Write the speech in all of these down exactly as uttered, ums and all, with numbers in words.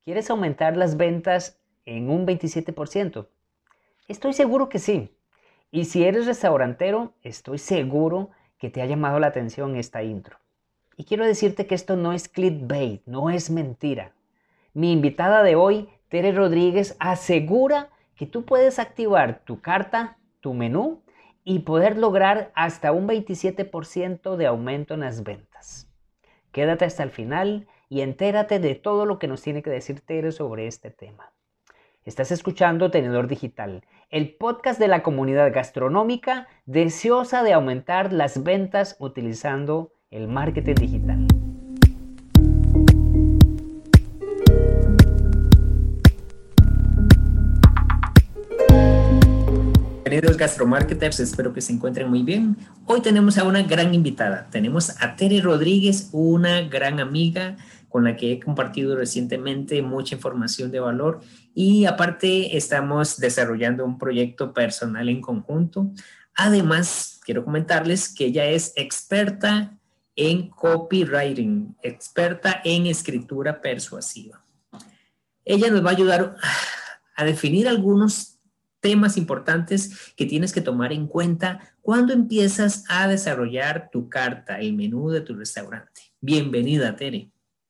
¿Quieres aumentar las ventas en un veintisiete por ciento? Estoy seguro que sí. Y si eres restaurantero, estoy seguro que te ha llamado la atención esta intro. Y quiero decirte que esto no es clickbait, no es mentira. Mi invitada de hoy, Tere Rodríguez, asegura que tú puedes activar tu carta, tu menú y poder lograr hasta un veintisiete por ciento de aumento en las ventas. Quédate hasta el final y entérate de todo lo que nos tiene que decir Tere sobre este tema. Estás escuchando Tenedor Digital, el podcast de la comunidad gastronómica deseosa de aumentar las ventas utilizando el marketing digital. Bienvenidos gastromarketers, espero que se encuentren muy bien. Hoy tenemos a una gran invitada, tenemos a Tere Rodríguez, una gran amiga con la que he compartido recientemente mucha información de valor y aparte estamos desarrollando un proyecto personal en conjunto. Además, quiero comentarles que ella es experta en copywriting, experta en escritura persuasiva. Ella nos va a ayudar a definir algunos temas importantes que tienes que tomar en cuenta cuando empiezas a desarrollar tu carta, el menú de tu restaurante. Bienvenida, Tere.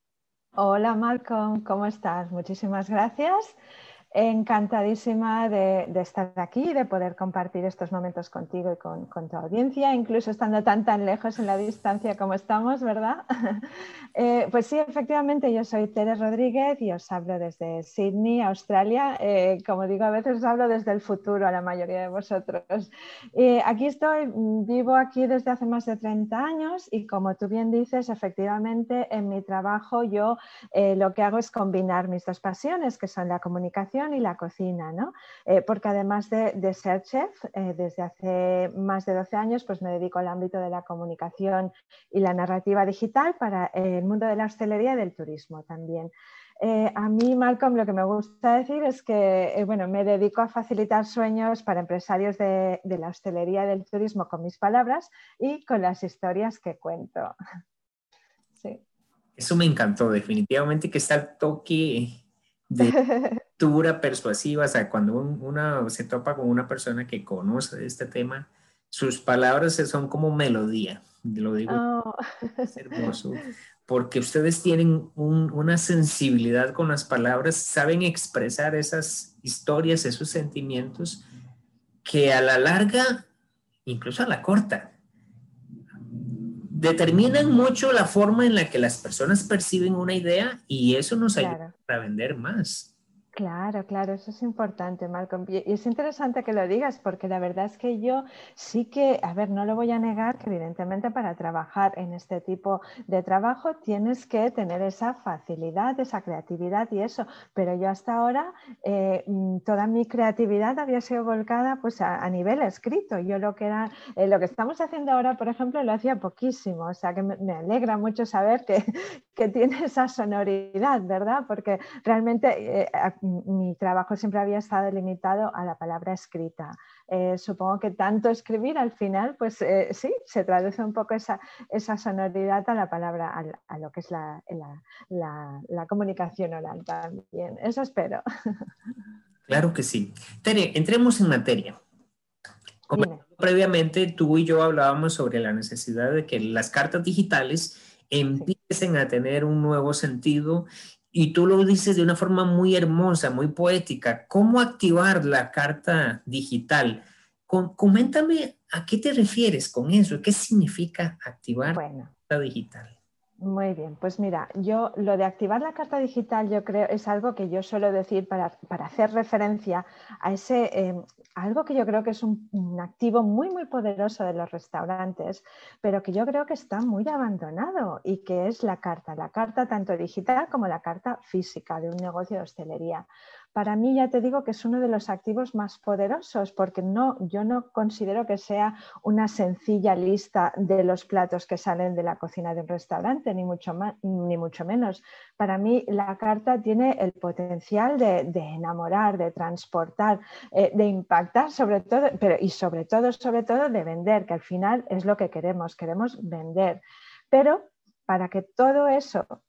Hola, Malcolm, ¿cómo estás? Muchísimas gracias. Encantadísima de, de estar aquí y de poder compartir estos momentos contigo y con, con tu audiencia, incluso estando tan tan lejos en la distancia como estamos, ¿verdad? eh, pues sí, efectivamente, yo soy Tere Rodríguez y os hablo desde Sydney, Australia. Eh, como digo, a veces os hablo desde el futuro a la mayoría de vosotros. Eh, aquí estoy, vivo aquí desde hace más de treinta años y como tú bien dices, efectivamente, en mi trabajo yo eh, lo que hago es combinar mis dos pasiones, que son la comunicación y la cocina, ¿no? Eh, porque además de, de ser chef, eh, desde hace más de doce años pues me dedico al ámbito de la comunicación y la narrativa digital para eh, el mundo de la hostelería y del turismo también. Eh, a mí, Malcolm, lo que me gusta decir es que eh, bueno, me dedico a facilitar sueños para empresarios de, de la hostelería y del turismo con mis palabras y con las historias que cuento. Sí. Eso me encantó, definitivamente que está el toque de escritura persuasiva, o sea, cuando uno se topa con una persona que conoce de este tema, sus palabras son como melodía, lo digo, Oh. es hermoso, porque ustedes tienen un, una sensibilidad con las palabras, saben expresar esas historias, esos sentimientos, que a la larga, incluso a la corta, determinan mucho la forma en la que las personas perciben una idea y eso nos ayuda Claro. a vender más. Claro, claro, eso es importante, Malcolm. Y es interesante que lo digas porque la verdad es que yo sí que, a ver, no lo voy a negar que evidentemente para trabajar en este tipo de trabajo tienes que tener esa facilidad, esa creatividad y eso, pero yo hasta ahora eh, toda mi creatividad había sido volcada pues a, a nivel escrito. Yo lo que era, eh, lo que estamos haciendo ahora, por ejemplo, lo hacía poquísimo, o sea que me, me alegra mucho saber que, que tiene esa sonoridad, ¿verdad? Porque realmente eh, mi trabajo siempre había estado limitado a la palabra escrita. Eh, supongo que tanto escribir al final, pues eh, sí, se traduce un poco esa, esa sonoridad a la palabra, a, a lo que es la, la, la, la comunicación oral también. Eso espero. Claro que sí. Tere, entremos en materia. Como Dime. previamente, tú y yo hablábamos sobre la necesidad de que las cartas digitales Sí. empiecen a tener un nuevo sentido y tú lo dices de una forma muy hermosa, muy poética. ¿Cómo activar la carta digital? Com- coméntame a qué te refieres con eso, qué significa activar la Bueno. carta digital. Muy bien, pues mira, yo lo de activar la carta digital yo creo es algo que yo suelo decir para, para hacer referencia a ese, eh, algo que yo creo que es un, un activo muy muy poderoso de los restaurantes, pero que yo creo que está muy abandonado y que es la carta, la carta tanto digital como la carta física de un negocio de hostelería. Para mí ya te digo que es uno de los activos más poderosos porque no, yo no considero que sea una sencilla lista de los platos que salen de la cocina de un restaurante, ni mucho, más, ni mucho menos. Para mí la carta tiene el potencial de, de enamorar, de transportar, eh, de impactar sobre todo, pero y sobre todo, sobre todo de vender, que al final es lo que queremos, queremos vender. Pero para que todo eso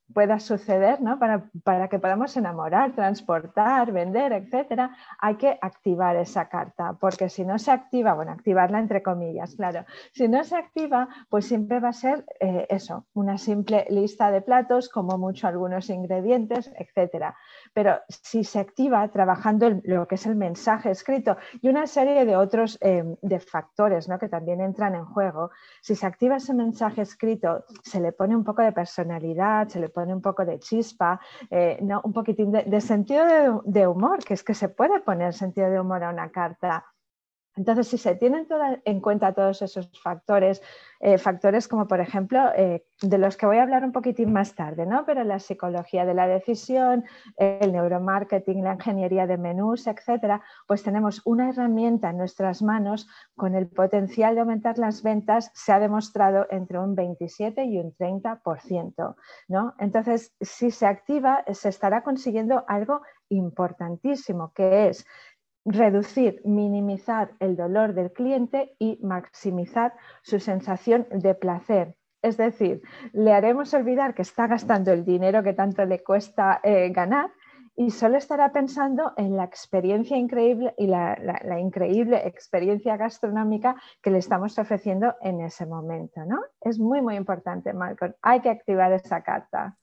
pueda suceder, ¿no? Para, para que podamos enamorar, transportar, vender, etcétera, hay que activar esa carta, porque si no se activa, bueno, activarla entre comillas, claro, si no se activa, pues siempre va a ser eh, eso, una simple lista de platos, como mucho algunos ingredientes, etcétera. Pero si se activa trabajando el, lo que es el mensaje escrito y una serie de otros eh, de factores, ¿no? Que también entran en juego, si se activa ese mensaje escrito, se le pone un poco de personalidad, se le pone un poco de chispa, eh, ¿no? Un poquitín de, de sentido de, de humor, que es que se puede poner sentido de humor a una carta. Entonces, si se tienen toda, en cuenta todos esos factores, eh, factores como por ejemplo, eh, de los que voy a hablar un poquitín más tarde, ¿no? Pero la psicología de la decisión, el neuromarketing, la ingeniería de menús, etcétera, pues tenemos una herramienta en nuestras manos con el potencial de aumentar las ventas, se ha demostrado entre un veintisiete y un treinta por ciento, ¿no? Entonces, si se activa, se estará consiguiendo algo importantísimo, que es reducir, minimizar el dolor del cliente y maximizar su sensación de placer. Es decir, le haremos olvidar que está gastando el dinero que tanto le cuesta eh, ganar y solo estará pensando en la experiencia increíble y la, la, la increíble experiencia gastronómica que le estamos ofreciendo en ese momento, ¿no? Es muy, muy importante, Malcolm. Hay que activar esa carta.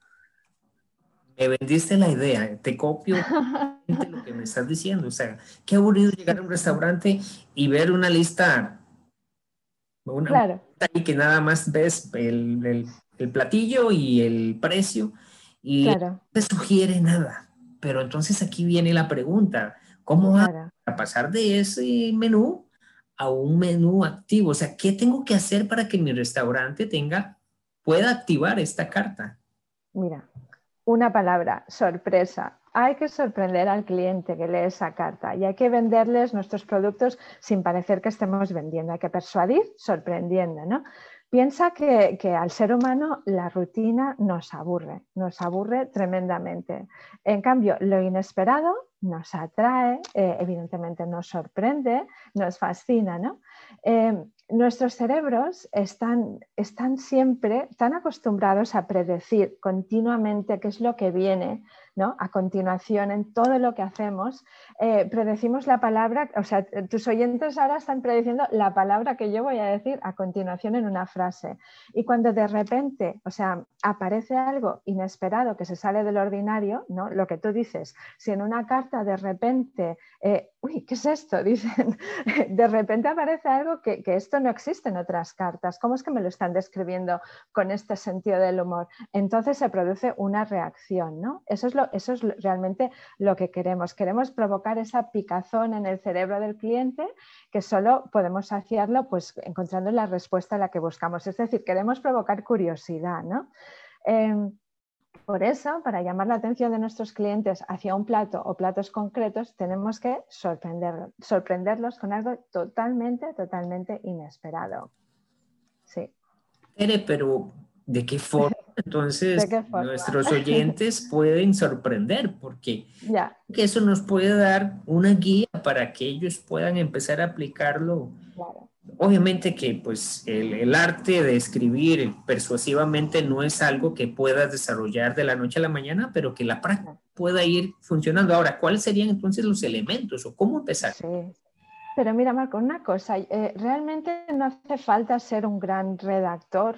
Me vendiste la idea, te copio lo que me estás diciendo. O sea, qué aburrido llegar a un restaurante y ver una lista, una Claro. lista ahí que nada más ves el, el, el platillo y el precio y Claro. no te sugiere nada. Pero entonces aquí viene la pregunta, ¿cómo vas Claro. a pasar de ese menú a un menú activo? O sea, ¿qué tengo que hacer para que mi restaurante tenga, pueda activar esta carta? Mira, una palabra, sorpresa. Hay que sorprender al cliente que lee esa carta y hay que venderles nuestros productos sin parecer que estemos vendiendo. Hay que persuadir sorprendiendo, ¿no? Piensa que, que al ser humano la rutina nos aburre, nos aburre tremendamente. En cambio, lo inesperado nos atrae, eh, evidentemente nos sorprende, nos fascina, ¿no? Eh, nuestros cerebros están, están siempre tan acostumbrados a predecir continuamente qué es lo que viene, ¿no? A continuación en todo lo que hacemos, eh, predecimos la palabra, o sea, tus oyentes ahora están prediciendo la palabra que yo voy a decir a continuación en una frase. Y cuando de repente, o sea, aparece algo inesperado que se sale del ordinario, ¿no? Lo que tú dices, si en una carta de repente, eh, uy, ¿qué es esto? Dicen, de repente aparece algo que, que esto no existe en otras cartas. ¿Cómo es que me lo están describiendo con este sentido del humor? Entonces se produce una reacción, ¿no? Eso es lo Eso es realmente lo que queremos. Queremos provocar esa picazón en el cerebro del cliente que solo podemos saciarlo pues, encontrando la respuesta a la que buscamos. Es decir, queremos provocar curiosidad, ¿no? Eh, por eso, para llamar la atención de nuestros clientes hacia un plato o platos concretos, tenemos que sorprender, sorprenderlos con algo totalmente, totalmente inesperado. Sí. Tere, pero ¿de qué forma entonces ¿De qué forma? nuestros oyentes pueden sorprender? Porque Ya. que eso nos puede dar una guía para que ellos puedan empezar a aplicarlo. Claro. Obviamente que pues el, el arte de escribir persuasivamente no es algo que puedas desarrollar de la noche a la mañana, pero que la práctica pueda ir funcionando. Ahora, ¿cuáles serían entonces los elementos o cómo empezar? Sí. Pero mira, Marco, una cosa, eh, realmente no hace falta ser un gran redactor,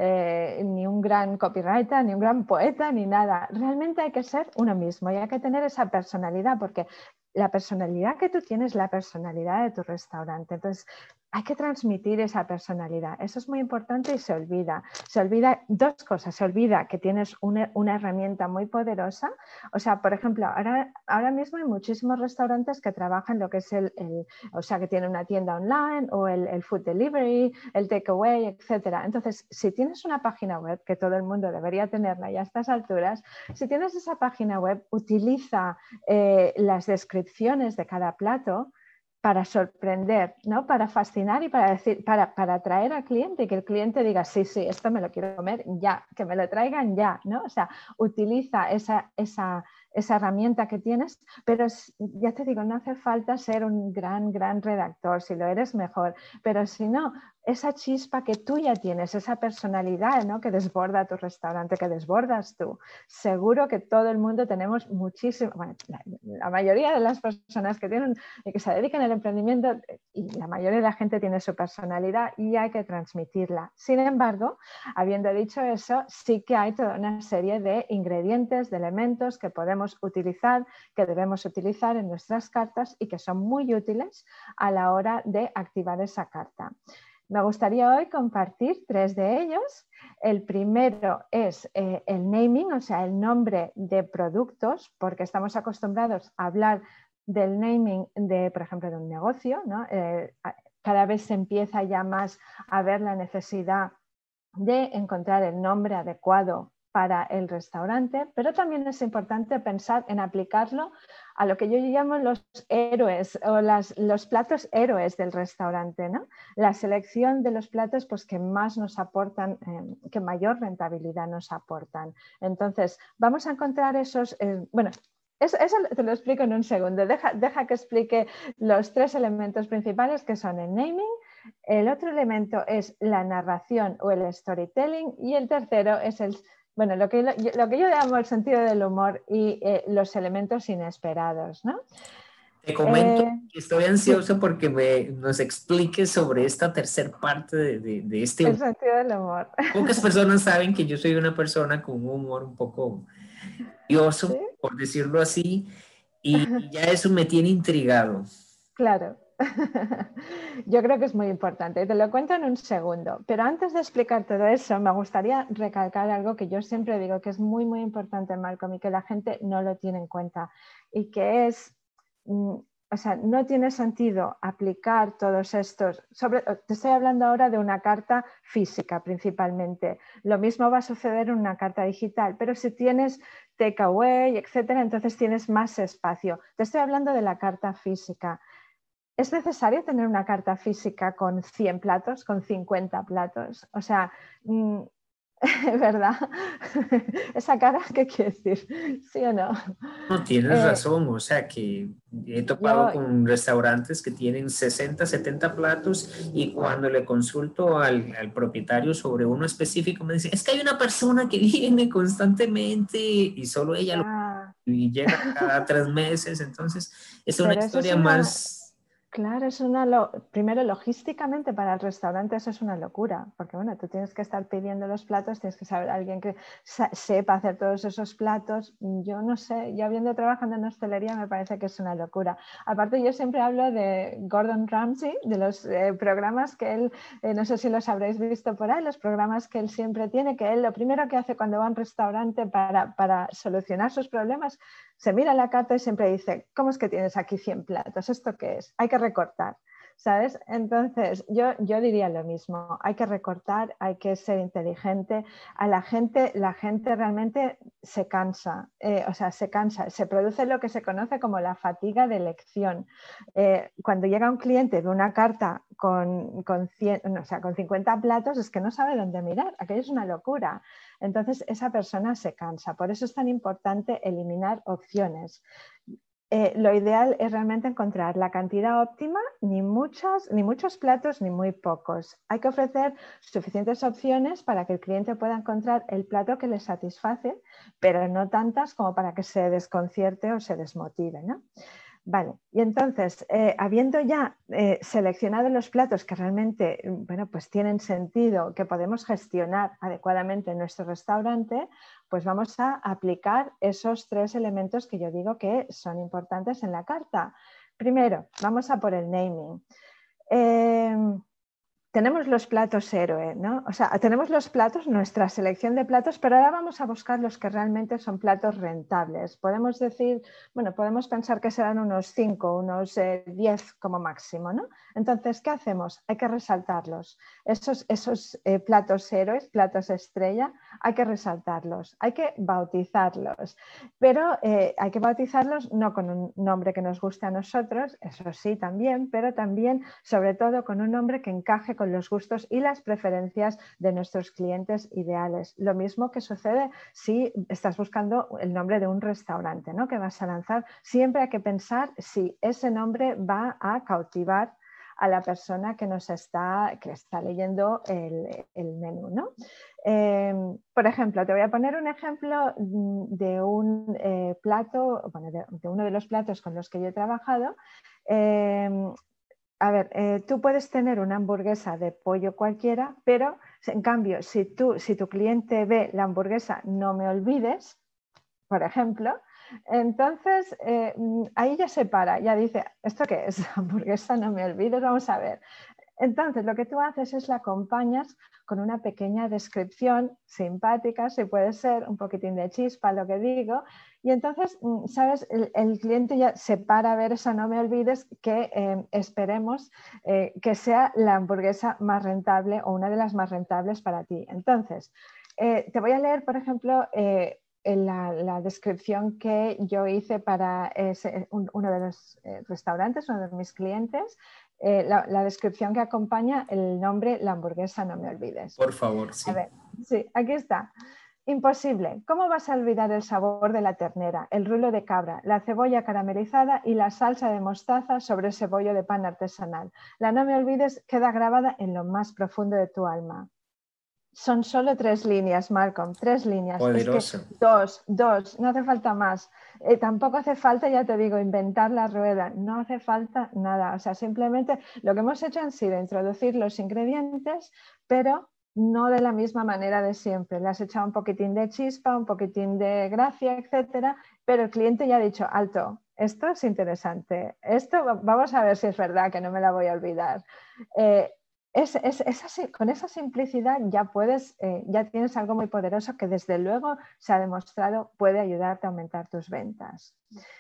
eh, ni un gran copywriter, ni un gran poeta, ni nada. Realmente hay que ser uno mismo y hay que tener esa personalidad, porque la personalidad que tú tienes es la personalidad de tu restaurante. Entonces, hay que transmitir esa personalidad. Eso es muy importante y se olvida. Se olvida dos cosas. Se olvida que tienes una, una herramienta muy poderosa. O sea, por ejemplo, ahora, ahora mismo hay muchísimos restaurantes que trabajan lo que es el, el o sea, que tienen una tienda online o el, el food delivery, el takeaway, etcétera. Entonces, si tienes una página web, que todo el mundo debería tenerla ya a estas alturas, si tienes esa página web, utiliza eh, las descripciones de cada plato para sorprender, ¿no? Para fascinar y para decir, para, para atraer al cliente y que el cliente diga, sí, sí, esto me lo quiero comer ya, que me lo traigan ya, ¿no? O sea, utiliza esa, esa, esa herramienta que tienes, pero ya te digo, no hace falta ser un gran, gran redactor, si lo eres mejor, pero si no, esa chispa que tú ya tienes, esa personalidad, ¿no?, que desborda tu restaurante, que desbordas tú. Seguro que todo el mundo tenemos muchísimo, bueno, la, la mayoría de las personas que tienen, que se dedican al emprendimiento, y la mayoría de la gente tiene su personalidad y hay que transmitirla. Sin embargo, habiendo dicho eso, sí que hay toda una serie de ingredientes, de elementos que podemos utilizar, que debemos utilizar en nuestras cartas y que son muy útiles a la hora de activar esa carta. Me gustaría hoy compartir tres de ellos. El primero es eh, el naming, o sea, el nombre de productos, porque estamos acostumbrados a hablar del naming de, por ejemplo, de un negocio, ¿no? Eh, cada vez se empieza ya más a ver la necesidad de encontrar el nombre adecuado para el restaurante, pero también es importante pensar en aplicarlo a lo que yo llamo los héroes o las, los platos héroes del restaurante, ¿no? La selección de los platos pues, que más nos aportan, eh, que mayor rentabilidad nos aportan. Entonces, vamos a encontrar esos, eh, bueno, eso, eso te lo explico en un segundo. Deja, deja que explique los tres elementos principales que son el naming. El otro elemento es la narración o el storytelling y el tercero es el, bueno, lo que, lo, lo que yo llamo el sentido del humor y eh, los elementos inesperados, ¿no? Te comento Eh, que estoy ansioso sí, porque me, nos expliques sobre esta tercera parte de, de, de este el humor. sentido del humor. Pocas personas saben que yo soy una persona con un humor un poco curioso, ¿Sí? por decirlo así, y, y ya eso me tiene intrigado. Claro. Yo creo que es muy importante. Te lo cuento en un segundo. Pero antes de explicar todo eso, me gustaría recalcar algo que yo siempre digo que es muy, muy importante, Malcolm, y que la gente no lo tiene en cuenta. Y que es, o sea, no tiene sentido aplicar todos estos... Sobre, te estoy hablando ahora de una carta física principalmente. Lo mismo va a suceder en una carta digital, pero si tienes takeaway, etcétera, entonces tienes más espacio. Te estoy hablando de la carta física. ¿Es necesario tener una carta física con cien platos, con cincuenta platos? O sea, ¿verdad? Esa cara, ¿qué quiere decir? ¿Sí o no? No, tienes Eh, razón, o sea que he topado yo, con restaurantes que tienen sesenta, setenta platos y cuando le consulto al, al propietario sobre uno específico me dice, es que hay una persona que viene constantemente y solo ella lo ah, y llega cada tres meses, entonces es una pero eso es historia una... más... Claro, es una lo... primero logísticamente para el restaurante eso es una locura, porque bueno, tú tienes que estar pidiendo los platos, tienes que saber alguien que sepa hacer todos esos platos. Yo no sé, yo habiendo trabajado en hostelería me parece que es una locura. Aparte yo siempre hablo de Gordon Ramsay, de los eh, programas que él, eh, no sé si los habréis visto por ahí, los programas que él siempre tiene, que él lo primero que hace cuando va a un restaurante para, para solucionar sus problemas, se mira la carta y siempre dice, ¿cómo es que tienes aquí cien platos? ¿Esto qué es? Hay que recortar, ¿sabes? Entonces, yo, yo diría lo mismo, hay que recortar, hay que ser inteligente. A la gente, la gente realmente se cansa, eh, o sea, se cansa, se produce lo que se conoce como la fatiga de elección. Eh, cuando llega un cliente de una carta con, con, cien, o sea, con cincuenta platos, es que no sabe dónde mirar, aquello es una locura. Entonces, esa persona se cansa. Por eso es tan importante eliminar opciones. Eh, lo ideal es realmente encontrar la cantidad óptima, ni, muchas, ni muchos platos ni muy pocos. Hay que ofrecer suficientes opciones para que el cliente pueda encontrar el plato que le satisface, pero no tantas como para que se desconcierte o se desmotive, ¿no? Vale, y entonces, eh, habiendo ya eh, seleccionado los platos que realmente, bueno, pues tienen sentido, que podemos gestionar adecuadamente en nuestro restaurante, pues vamos a aplicar esos tres elementos que yo digo que son importantes en la carta. Primero, vamos a por el naming. Eh, Tenemos los platos héroe, ¿no? O sea, tenemos los platos, nuestra selección de platos, pero ahora vamos a buscar los que realmente son platos rentables. Podemos decir, bueno, podemos pensar que serán unos cinco, unos eh, diez como máximo, ¿no? Entonces, ¿qué hacemos? Hay que resaltarlos. Esos, esos eh, platos héroes, platos estrella, hay que resaltarlos, hay que bautizarlos. Pero eh, hay que bautizarlos no con un nombre que nos guste a nosotros, eso sí también, pero también, sobre todo, con un nombre que encaje con los gustos y las preferencias de nuestros clientes ideales. Lo mismo que sucede si estás buscando el nombre de un restaurante, ¿no?, que vas a lanzar. Siempre hay que pensar si ese nombre va a cautivar a la persona que nos está, que está leyendo el, el menú, ¿no? Eh, por ejemplo, te voy a poner un ejemplo de un eh, plato, bueno, de, de uno de los platos con los que yo he trabajado. Eh, a ver, eh, tú puedes tener una hamburguesa de pollo cualquiera, pero en cambio, si, tú, si tu cliente ve la hamburguesa No Me Olvides, por ejemplo, entonces eh, ahí ya se para, ya dice, ¿esto qué es? Hamburguesa No Me Olvides, vamos a ver. Entonces lo que tú haces es la acompañas con una pequeña descripción simpática, si puede ser, un poquitín de chispa, lo que digo, y entonces, ¿sabes? El, el cliente ya se para a ver esa No Me Olvides, que eh, esperemos eh, que sea la hamburguesa más rentable o una de las más rentables para ti. Entonces, eh, te voy a leer, por ejemplo, eh, en la, la descripción que yo hice para ese, un, uno de los eh, restaurantes, uno de mis clientes, eh, la, la descripción que acompaña el nombre La hamburguesa No Me Olvides. Por favor, sí. A ver, sí, aquí está. Imposible. ¿Cómo vas a olvidar el sabor de la ternera, el rulo de cabra, la cebolla caramelizada y la salsa de mostaza sobre ese bollo de pan artesanal? La No Me Olvides queda grabada en lo más profundo de tu alma. Son solo tres líneas, Malcolm, tres líneas. Poderoso. Es que dos, dos, no hace falta más. Eh, tampoco hace falta, ya te digo, inventar la rueda, no hace falta nada. O sea, simplemente lo que hemos hecho han sido introducir los ingredientes, pero no de la misma manera de siempre. Le has echado un poquitín de chispa, un poquitín de gracia, etcétera, pero el cliente ya ha dicho, alto, esto es interesante, esto vamos a ver si es verdad, que no me la voy a olvidar. Eh, Es, es, es así, con esa simplicidad ya puedes, eh, ya tienes algo muy poderoso que desde luego se ha demostrado puede ayudarte a aumentar tus ventas.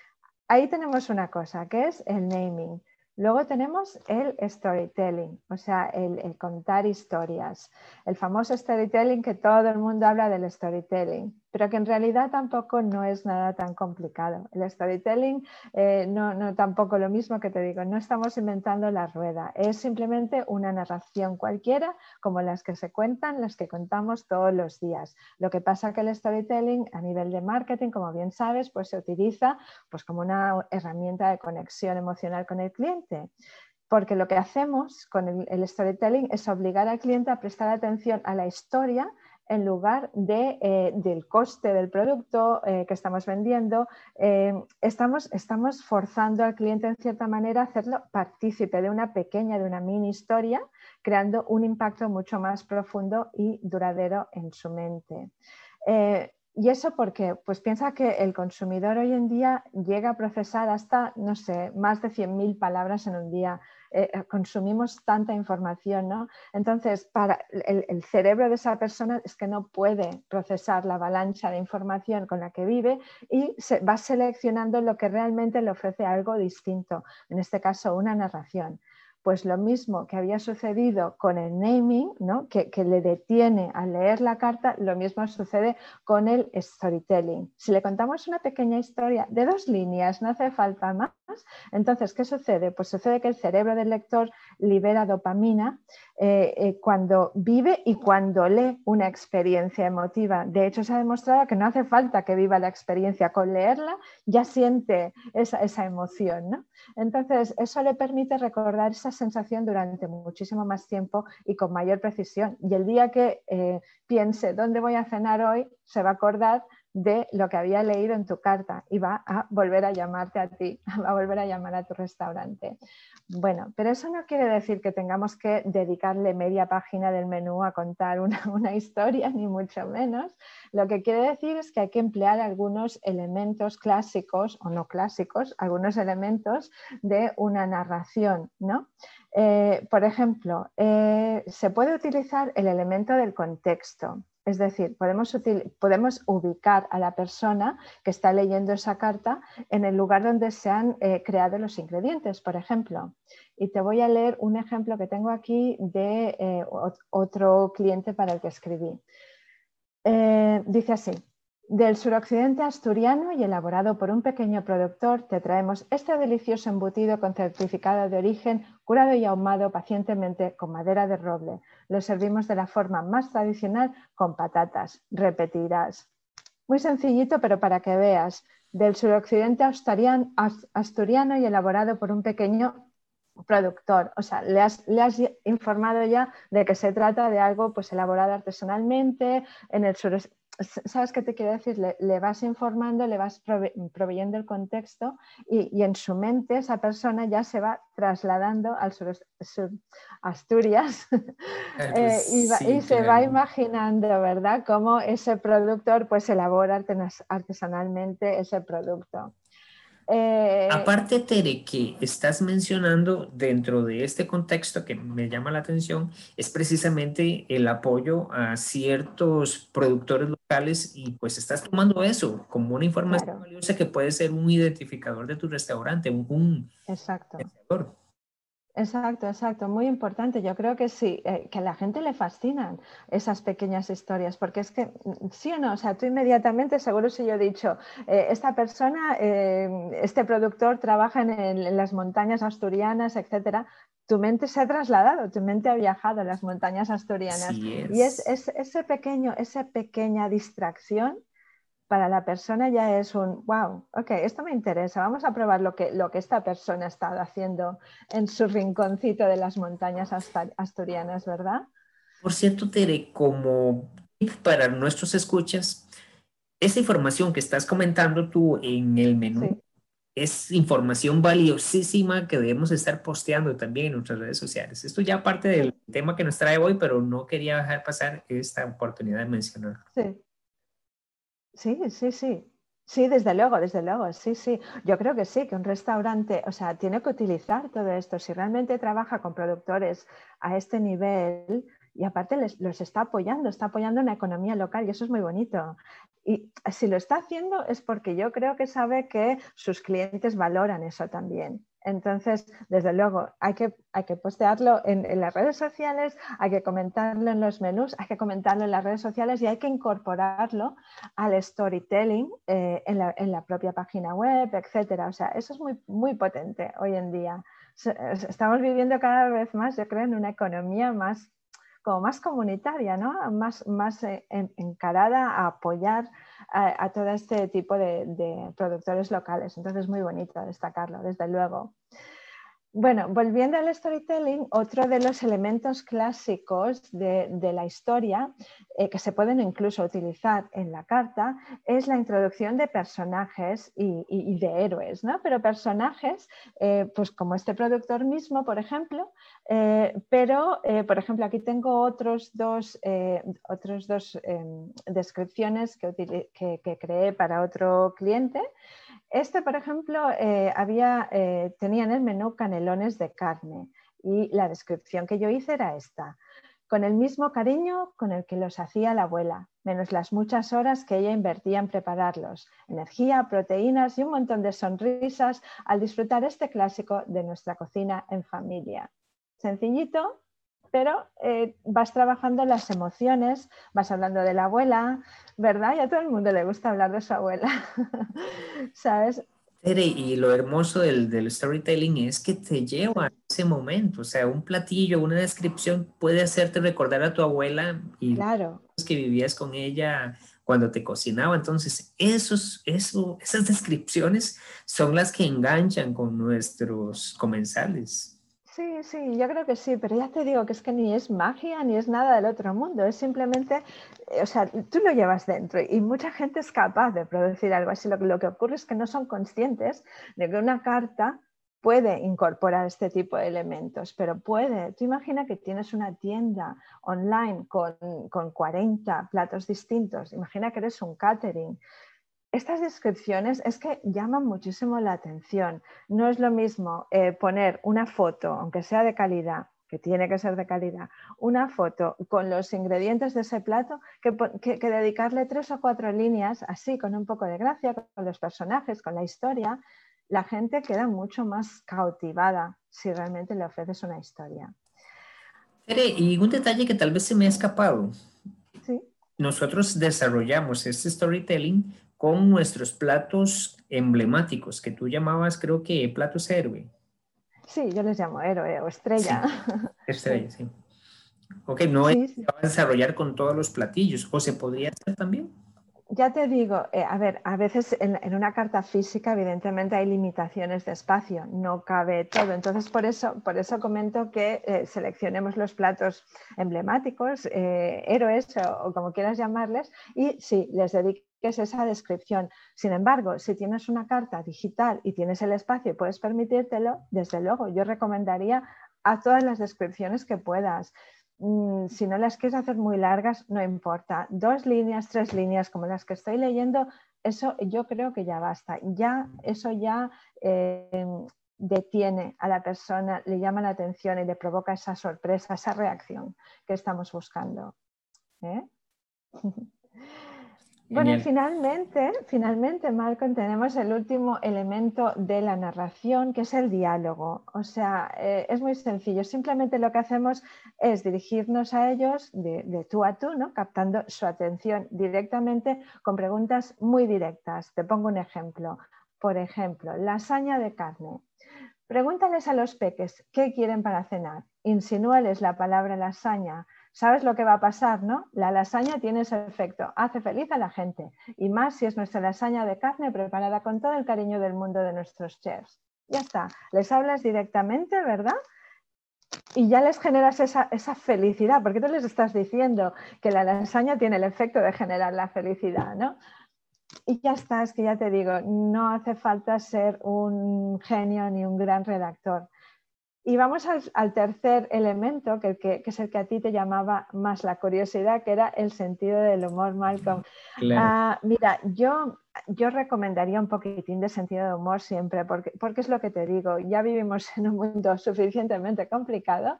Ahí tenemos una cosa que es el naming. Luego tenemos el storytelling, o sea, el, el contar historias. El famoso storytelling, que todo el mundo habla del storytelling, pero que en realidad tampoco no es nada tan complicado. El storytelling eh, no, no tampoco lo mismo que te digo, no estamos inventando la rueda, es simplemente una narración cualquiera como las que se cuentan, las que contamos todos los días. Lo que pasa que el storytelling a nivel de marketing, como bien sabes, pues se utiliza pues como una herramienta de conexión emocional con el cliente. Porque lo que hacemos con el, el storytelling es obligar al cliente a prestar atención a la historia en lugar de, eh, del coste del producto eh, que estamos vendiendo. Eh, estamos, estamos forzando al cliente en cierta manera a hacerlo partícipe de una pequeña, de una mini historia, creando un impacto mucho más profundo y duradero en su mente. Eh, ¿Y eso por qué? Pues piensa que el consumidor hoy en día llega a procesar hasta, no sé, más de cien mil palabras en un día. Eh, consumimos tanta información, ¿no? Entonces, para el, el cerebro de esa persona es que no puede procesar la avalancha de información con la que vive y se va seleccionando lo que realmente le ofrece algo distinto, en este caso una narración. Pues lo mismo que había sucedido con el naming, ¿no? que, que le detiene al leer la carta, lo mismo sucede con el storytelling. Si le contamos una pequeña historia de dos líneas, no hace falta más, entonces, ¿qué sucede? Pues sucede que el cerebro del lector libera dopamina eh, eh, cuando vive y cuando lee una experiencia emotiva. De hecho, se ha demostrado que no hace falta que viva la experiencia, con leerla ya siente esa, esa emoción, ¿no? Entonces, eso le permite recordar esa sensación durante muchísimo más tiempo y con mayor precisión. Y el día que eh, piense dónde voy a cenar hoy, se va a acordar de lo que había leído en tu carta y va a volver a llamarte a ti, va a volver a llamar a tu restaurante. Bueno, pero eso no quiere decir que tengamos que dedicarle media página del menú a contar una, una historia, ni mucho menos. Lo que quiere decir es que hay que emplear algunos elementos clásicos o no clásicos, algunos elementos de una narración, ¿no? Eh, por ejemplo, eh, se puede utilizar el elemento del contexto. Es decir, podemos, podemos ubicar a la persona que está leyendo esa carta en el lugar donde se han eh, creado los ingredientes, por ejemplo. Y te voy a leer un ejemplo que tengo aquí de eh, otro cliente para el que escribí. Eh, dice así: Del suroccidente asturiano y elaborado por un pequeño productor, te traemos este delicioso embutido con certificado de origen, curado y ahumado pacientemente con madera de roble. Lo servimos de la forma más tradicional con patatas. Repetirás. Muy sencillito, pero para que veas. Del suroccidente asturiano y elaborado por un pequeño productor. O sea, le has, le has informado ya de que se trata de algo pues elaborado artesanalmente en el suroccidente. ¿Sabes qué te quiero decir? Le, le vas informando, le vas prove proveyendo el contexto y, y en su mente esa persona ya se va trasladando al sur, sur Asturias eh, y, va, Sí, y se claro. va imaginando, ¿verdad? Cómo ese productor pues elabora artesanalmente ese producto. Eh, Aparte, Tere, que estás mencionando dentro de este contexto que me llama la atención, es precisamente el apoyo a ciertos productores locales y pues estás tomando eso como una información claro. valiosa que puede ser un identificador de tu restaurante, un, un Exacto. Vendedor. Exacto, exacto, muy importante. Yo creo que sí, eh, que a la gente le fascinan esas pequeñas historias, porque es que, sí o no, o sea, tú inmediatamente, seguro si yo he dicho, eh, esta persona, eh, este productor trabaja en, el, en las montañas asturianas, etcétera, tu mente se ha trasladado, tu mente ha viajado a las montañas asturianas. Sí es. Y es, es ese pequeño, esa pequeña distracción para la persona ya es un, wow, ok, esto me interesa, vamos a probar lo que, lo que esta persona está haciendo en su rinconcito de las montañas asturianas, ¿verdad? Por cierto, Tere, como para nuestros escuchas, esa información que estás comentando tú en el menú sí. es información valiosísima que debemos estar posteando también en nuestras redes sociales. Esto ya parte del tema que nos trae hoy, pero no quería dejar pasar esta oportunidad de mencionarlo. Sí. Sí, sí, sí. Sí, desde luego, desde luego, sí, sí. Yo creo que sí, que un restaurante, o sea, tiene que utilizar todo esto. Si realmente trabaja con productores a este nivel y aparte les, los está apoyando, está apoyando una economía local y eso es muy bonito. Y si lo está haciendo es porque yo creo que sabe que sus clientes valoran eso también. Entonces, desde luego, hay que, hay que postearlo en, en las redes sociales, hay que comentarlo en los menús, hay que comentarlo en las redes sociales y hay que incorporarlo al storytelling eh, en, la, en la propia página web, etcétera. O sea, eso es muy, muy potente hoy en día. Estamos viviendo cada vez más, yo creo, en una economía más, como más comunitaria, ¿no? Más, más eh, encarada a apoyar a, a todo este tipo de, de productores locales. Entonces es muy bonito destacarlo, desde luego. Bueno, volviendo al storytelling, otro de los elementos clásicos de, de la historia eh, que se pueden incluso utilizar en la carta es la introducción de personajes y, y, y de héroes, ¿no? Pero personajes, eh, pues como este productor mismo, por ejemplo, eh, pero, eh, por ejemplo, aquí tengo otros dos, eh, otros dos eh, descripciones que, que, que creé para otro cliente. Este, por ejemplo, eh, había, eh, tenía en el menú canelones de carne y la descripción que yo hice era esta. Con el mismo cariño con el que los hacía la abuela, menos las muchas horas que ella invertía en prepararlos. Energía, proteínas y un montón de sonrisas al disfrutar este clásico de nuestra cocina en familia. Sencillito, pero eh, vas trabajando las emociones, vas hablando de la abuela, ¿verdad? Y a todo el mundo le gusta hablar de su abuela, ¿sabes? Tere, y lo hermoso del, del storytelling es que te lleva a ese momento, o sea, un platillo, una descripción puede hacerte recordar a tu abuela y claro. que vivías con ella cuando te cocinaba. Entonces, esos, eso, esas descripciones son las que enganchan con nuestros comensales. Sí, sí, yo creo que sí, pero ya te digo que es que ni es magia ni es nada del otro mundo, es simplemente, o sea, tú lo llevas dentro y mucha gente es capaz de producir algo así. Lo que, lo que ocurre es que no son conscientes de que una carta puede incorporar este tipo de elementos, pero puede. Tú imagina que tienes una tienda online con, con cuarenta platos distintos, imagina que eres un catering. Estas descripciones es que llaman muchísimo la atención. No es lo mismo eh, poner una foto, aunque sea de calidad, que tiene que ser de calidad, una foto con los ingredientes de ese plato que, que, que dedicarle tres o cuatro líneas, así con un poco de gracia, con los personajes, con la historia. La gente queda mucho más cautivada si realmente le ofreces una historia. Tere, y un detalle que tal vez se me ha escapado. Sí. nosotros desarrollamos este storytelling con nuestros platos emblemáticos, que tú llamabas, creo que platos héroe. Sí, yo les llamo héroe o estrella. Sí, estrella, sí. sí. Ok, no sí, es, sí. se va a desarrollar con todos los platillos, o se podría hacer también. Ya te digo, eh, a ver, a veces en, en una carta física evidentemente hay limitaciones de espacio, no cabe todo. Entonces por eso, por eso comento que eh, seleccionemos los platos emblemáticos, eh, héroes o, o como quieras llamarles, y sí, les dediques esa descripción. Sin embargo, si tienes una carta digital y tienes el espacio y puedes permitírtelo, desde luego yo recomendaría a todas las descripciones que puedas. Si no las quieres hacer muy largas, no importa. Dos líneas, tres líneas, como las que estoy leyendo, eso yo creo que ya basta. Ya, eso ya eh, detiene a la persona, le llama la atención y le provoca esa sorpresa, esa reacción que estamos buscando. ¿Eh? Bueno, y finalmente, finalmente, Malcolm, tenemos el último elemento de la narración, que es el diálogo. O sea, eh, es muy sencillo. Simplemente lo que hacemos es dirigirnos a ellos de, de tú a tú, ¿no? Captando su atención directamente con preguntas muy directas. Te pongo un ejemplo. Por ejemplo, lasaña de carne. Pregúntales a los peques qué quieren para cenar. Insinúales la palabra lasaña. ¿Sabes lo que va a pasar, no? La lasaña tiene ese efecto, hace feliz a la gente, y más si es nuestra lasaña de carne preparada con todo el cariño del mundo de nuestros chefs. Ya está, les hablas directamente, ¿verdad? Y ya les generas esa, esa felicidad, porque tú les estás diciendo que la lasaña tiene el efecto de generar la felicidad, ¿no? Y ya está, es que ya te digo, no hace falta ser un genio ni un gran redactor. Y vamos al, al tercer elemento, que, que, que es el que a ti te llamaba más la curiosidad, que era el sentido del humor, Malcolm. Claro. Uh, mira, yo, yo recomendaría un poquitín de sentido de humor siempre, porque, porque es lo que te digo, ya vivimos en un mundo suficientemente complicado.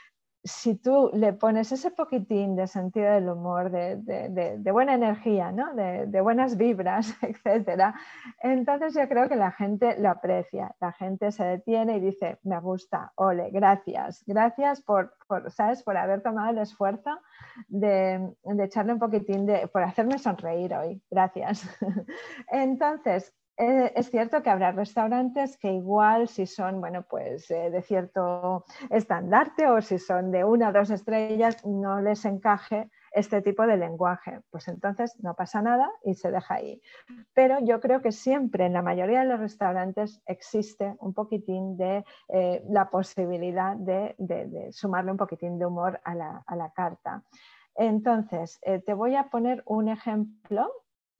Si tú le pones ese poquitín de sentido del humor, de, de, de, de buena energía, ¿no? de, de buenas vibras, etcétera, entonces yo creo que la gente lo aprecia, la gente se detiene y dice, me gusta, ole, gracias, gracias por, por, ¿sabes? por haber tomado el esfuerzo de, de echarle un poquitín de, por hacerme sonreír hoy, gracias. Entonces, Eh, es cierto que habrá restaurantes que igual si son, bueno, pues eh, de cierto estandarte o si son de una o dos estrellas no les encaje este tipo de lenguaje. Pues entonces no pasa nada y se deja ahí. Pero yo creo que siempre en la mayoría de los restaurantes existe un poquitín de eh, la posibilidad de, de, de sumarle un poquitín de humor a la, a la carta. Entonces, eh, te voy a poner un ejemplo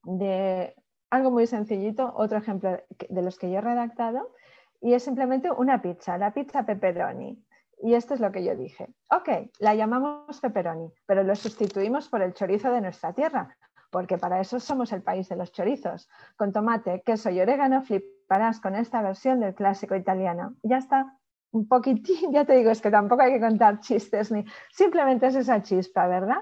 de algo muy sencillito, otro ejemplo de los que yo he redactado, y es simplemente una pizza, la pizza pepperoni. Y esto es lo que yo dije. Ok, la llamamos pepperoni, pero lo sustituimos por el chorizo de nuestra tierra, porque para eso somos el país de los chorizos. Con tomate, queso y orégano fliparás con esta versión del clásico italiano. Ya está, un poquitín, ya te digo, es que tampoco hay que contar chistes, ni simplemente es esa chispa, ¿verdad?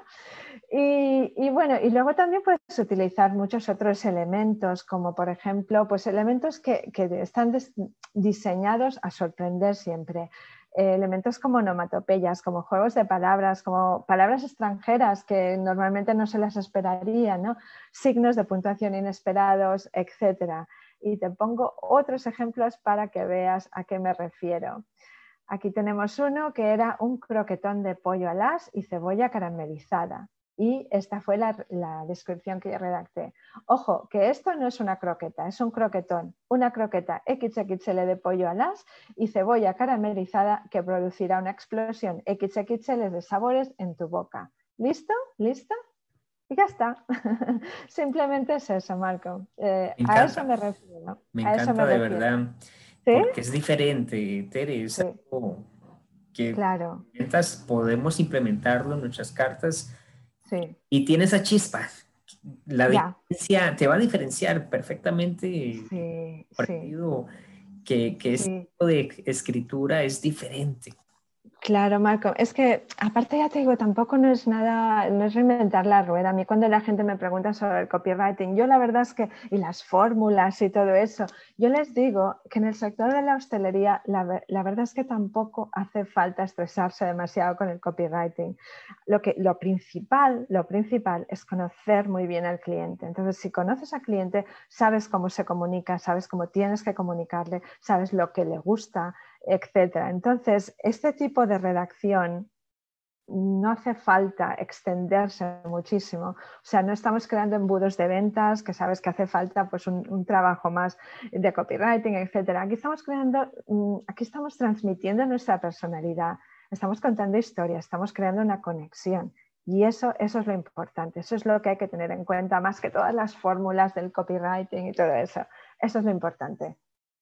Y, y bueno, y luego también puedes utilizar muchos otros elementos, como por ejemplo, pues elementos que, que están diseñados a sorprender siempre. Eh, elementos como onomatopeyas, como juegos de palabras, como palabras extranjeras que normalmente no se las esperaría, ¿no? Signos de puntuación inesperados, etcétera. Y te pongo otros ejemplos para que veas a qué me refiero. Aquí tenemos uno que era un croquetón de pollo al as y cebolla caramelizada. Y esta fue la, la descripción que yo redacté. Ojo, que esto no es una croqueta, es un croquetón. Una croqueta equis equis ele de pollo al as y cebolla caramelizada que producirá una explosión equis equis ele de sabores en tu boca. ¿Listo? ¿Listo? Y ya está. Simplemente es eso, Malcolm. Eh, a eso me refiero. Me a encanta eso me de refiero. verdad. ¿Sí? Porque es diferente, Tere, es Sí. algo que Claro. podemos implementarlo en nuestras cartas. Sí. Y tiene esa chispa. La Ya. diferencia, te va a diferenciar perfectamente Sí, partido sí. que, que Sí. este tipo de escritura es diferente. Claro, Marco, es que aparte ya te digo, tampoco no es nada, no es reinventar la rueda. A mí cuando la gente me pregunta sobre el copywriting, yo la verdad es que, y las fórmulas y todo eso, yo les digo que en el sector de la hostelería la, la verdad es que tampoco hace falta estresarse demasiado con el copywriting. Lo que, lo principal, lo principal es conocer muy bien al cliente. Entonces, si conoces al cliente, sabes cómo se comunica, sabes cómo tienes que comunicarle, sabes lo que le gusta, etcétera. Entonces, este tipo de redacción no hace falta extenderse muchísimo. O sea, no estamos creando embudos de ventas, que sabes que hace falta pues, un, un trabajo más de copywriting, etcétera. Aquí estamos creando, aquí estamos transmitiendo nuestra personalidad, estamos contando historias, estamos creando una conexión. Y eso, eso es lo importante, eso es lo que hay que tener en cuenta, más que todas las fórmulas del copywriting y todo eso. Eso es lo importante.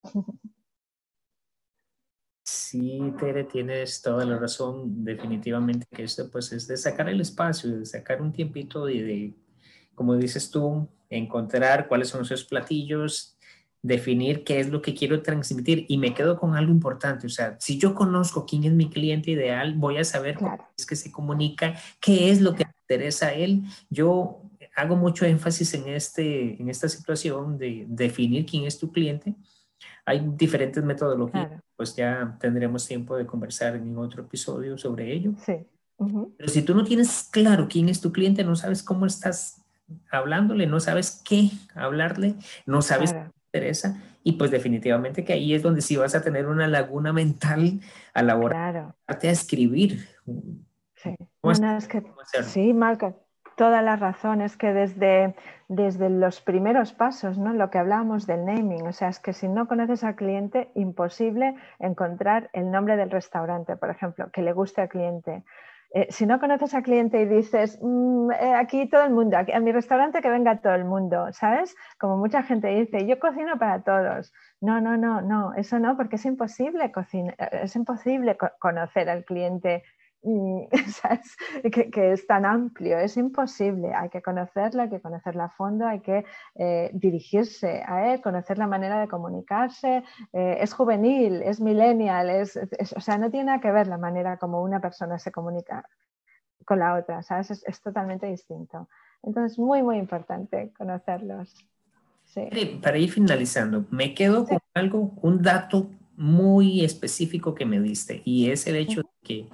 Sí, Tere, tienes toda la razón. Definitivamente que esto pues es de sacar el espacio, de sacar un tiempito y de, como dices tú, encontrar cuáles son esos platillos, definir qué es lo que quiero transmitir. Y me quedo con algo importante, o sea, si yo conozco quién es mi cliente ideal, voy a saber Claro. cómo es que se comunica, qué es lo que le interesa a él. Yo hago mucho énfasis en, este, en esta situación de definir quién es tu cliente. Hay diferentes metodologías, Claro. pues ya tendremos tiempo de conversar en otro episodio sobre ello. Sí. Uh-huh. Pero si tú no tienes claro quién es tu cliente, no sabes cómo estás hablándole, no sabes qué hablarle, no sabes Claro. qué te interesa, y pues definitivamente que ahí es donde sí vas a tener una laguna mental a la hora Claro. de escribir. Sí. ¿Cómo No, no, es que hacerlo? sí, Marco, toda la razón. Es que desde, desde los primeros pasos, ¿no? Lo que hablábamos del naming, o sea, es que si no conoces al cliente, imposible encontrar el nombre del restaurante, por ejemplo, que le guste al cliente. Eh, si no conoces al cliente y dices, mmm, eh, aquí todo el mundo, aquí, a mi restaurante que venga todo el mundo, ¿sabes? Como mucha gente dice, yo cocino para todos. No, no, no, no, eso no, porque es imposible cocinar, es imposible co- conocer al cliente. ¿Sabes? Que, que es tan amplio, es imposible. Hay que conocerlo, hay que conocerlo a fondo, hay que eh, dirigirse a él, conocer la manera de comunicarse. Eh, es juvenil, es millennial, es, es, o sea, no tiene nada que ver la manera como una persona se comunica con la otra, ¿sabes? Es, es totalmente distinto. Entonces, muy, muy importante conocerlos. Sí. Para ir finalizando, me quedo Sí. con algo, un dato muy específico que me diste, y es el hecho Uh-huh. de que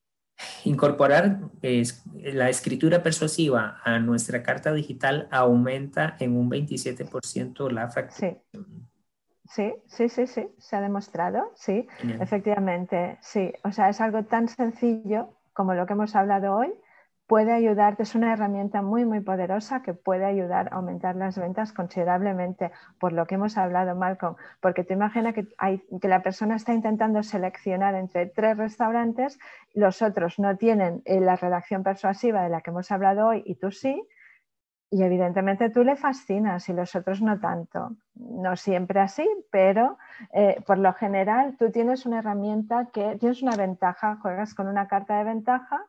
incorporar es, la escritura persuasiva a nuestra carta digital aumenta en un veintisiete por ciento la Sí. facturación. Sí, sí, sí, sí, se ha demostrado, sí, Genial. efectivamente, sí. O sea, es algo tan sencillo como lo que hemos hablado hoy, puede ayudarte, es una herramienta muy, muy poderosa que puede ayudar a aumentar las ventas considerablemente, por lo que hemos hablado, Malcolm, porque te imaginas que, hay, que la persona está intentando seleccionar entre tres restaurantes, los otros no tienen la redacción persuasiva de la que hemos hablado hoy y tú sí. Y evidentemente tú le fascinas y los otros no tanto. No siempre así, pero eh, por lo general tú tienes una herramienta que tienes una ventaja, juegas con una carta de ventaja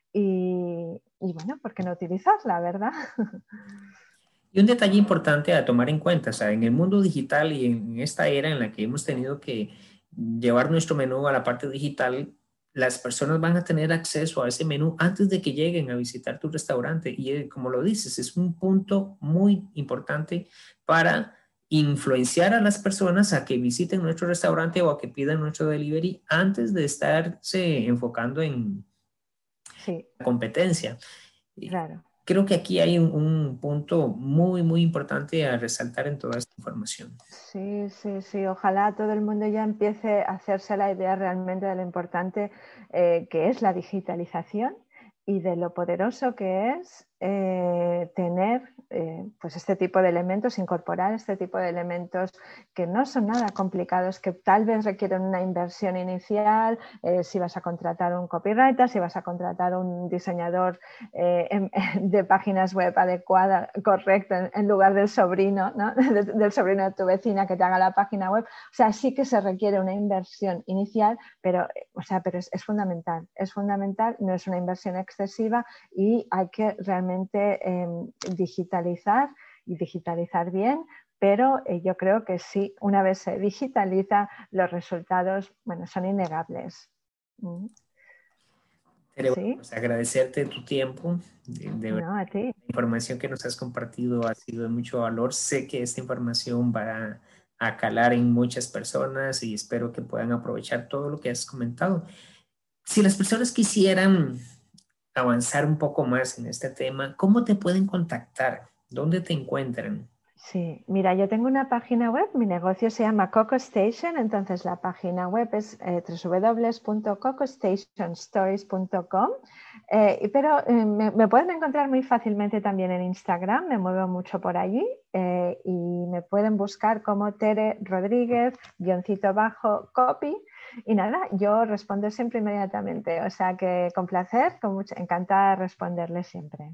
y, y bueno, ¿por qué no utilizarla, verdad? Y un detalle importante a tomar en cuenta, o sea, en el mundo digital y en esta era en la que hemos tenido que llevar nuestro menú a la parte digital, las personas van a tener acceso a ese menú antes de que lleguen a visitar tu restaurante. Y como lo dices, es un punto muy importante para influenciar a las personas a que visiten nuestro restaurante o a que pidan nuestro delivery antes de estarse enfocando en Sí, la competencia. claro. Creo que aquí hay un, un punto muy, muy importante a resaltar en toda esta información. Sí, sí, sí. Ojalá todo el mundo ya empiece a hacerse la idea realmente de lo importante eh, que es la digitalización y de lo poderoso que es eh, tener eh, pues este tipo de elementos, incorporar este tipo de elementos que no son nada complicados, que tal vez requieren una inversión inicial, eh, si vas a contratar un copywriter, si vas a contratar un diseñador eh, en, de páginas web adecuada, correcto, en, en lugar del sobrino, ¿no? del sobrino de tu vecina que te haga la página web. O sea, sí que se requiere una inversión inicial, pero, o sea, pero es, es fundamental, es fundamental, no es una inversión excesiva y hay que realmente eh, digitalizar y digitalizar bien, pero eh, yo creo que sí, una vez se digitaliza, los resultados, bueno, son innegables. Mm. Tere, ¿Sí? pues agradecerte tu tiempo, de, de No, a ti. la información que nos has compartido ha sido de mucho valor. Sé que esta información va a, a calar en muchas personas y espero que puedan aprovechar todo lo que has comentado. Si las personas quisieran avanzar un poco más en este tema, ¿cómo te pueden contactar? ¿Dónde te encuentran? Sí, mira, yo tengo una página web, mi negocio se llama Coco Station, entonces la página web es eh, w w w punto coco station stories punto com, eh, pero eh, me, me pueden encontrar muy fácilmente también en Instagram, me muevo mucho por allí eh, y me pueden buscar como Tere Rodríguez, guioncito bajo, copy, y nada, yo respondo siempre inmediatamente, o sea que con placer, con mucha, encantada de responderles siempre.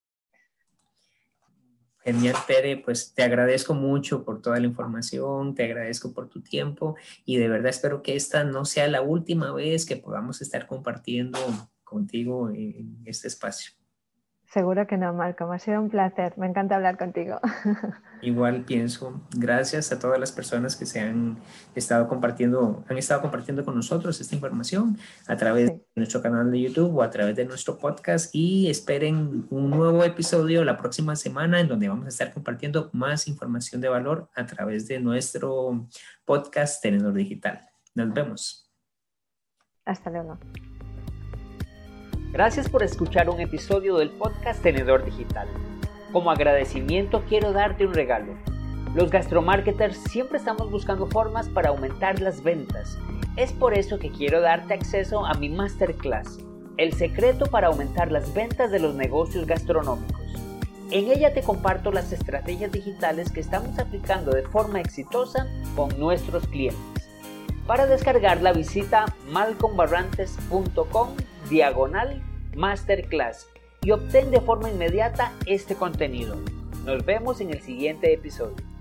Genial, Tere, pues te agradezco mucho por toda la información, te agradezco por tu tiempo y de verdad espero que esta no sea la última vez que podamos estar compartiendo contigo en este espacio. Seguro que no, Malcolm, ha sido un placer, me encanta hablar contigo. Igual pienso, gracias a todas las personas que se han estado compartiendo, han estado compartiendo con nosotros esta información a través sí. de nuestro canal de YouTube o a través de nuestro podcast y esperen un nuevo episodio la próxima semana en donde vamos a estar compartiendo más información de valor a través de nuestro podcast Tenedor Digital. Nos vemos. Hasta luego. Gracias por escuchar un episodio del podcast Tenedor Digital. Como agradecimiento quiero darte un regalo. Los gastromarketers siempre estamos buscando formas para aumentar las ventas. Es por eso que quiero darte acceso a mi masterclass, El secreto para aumentar las ventas de los negocios gastronómicos. En ella te comparto las estrategias digitales que estamos aplicando de forma exitosa con nuestros clientes. Para descargarla visita malcolmbarrantes punto com diagonal masterclass y obtén de forma inmediata este contenido. Nos vemos en el siguiente episodio.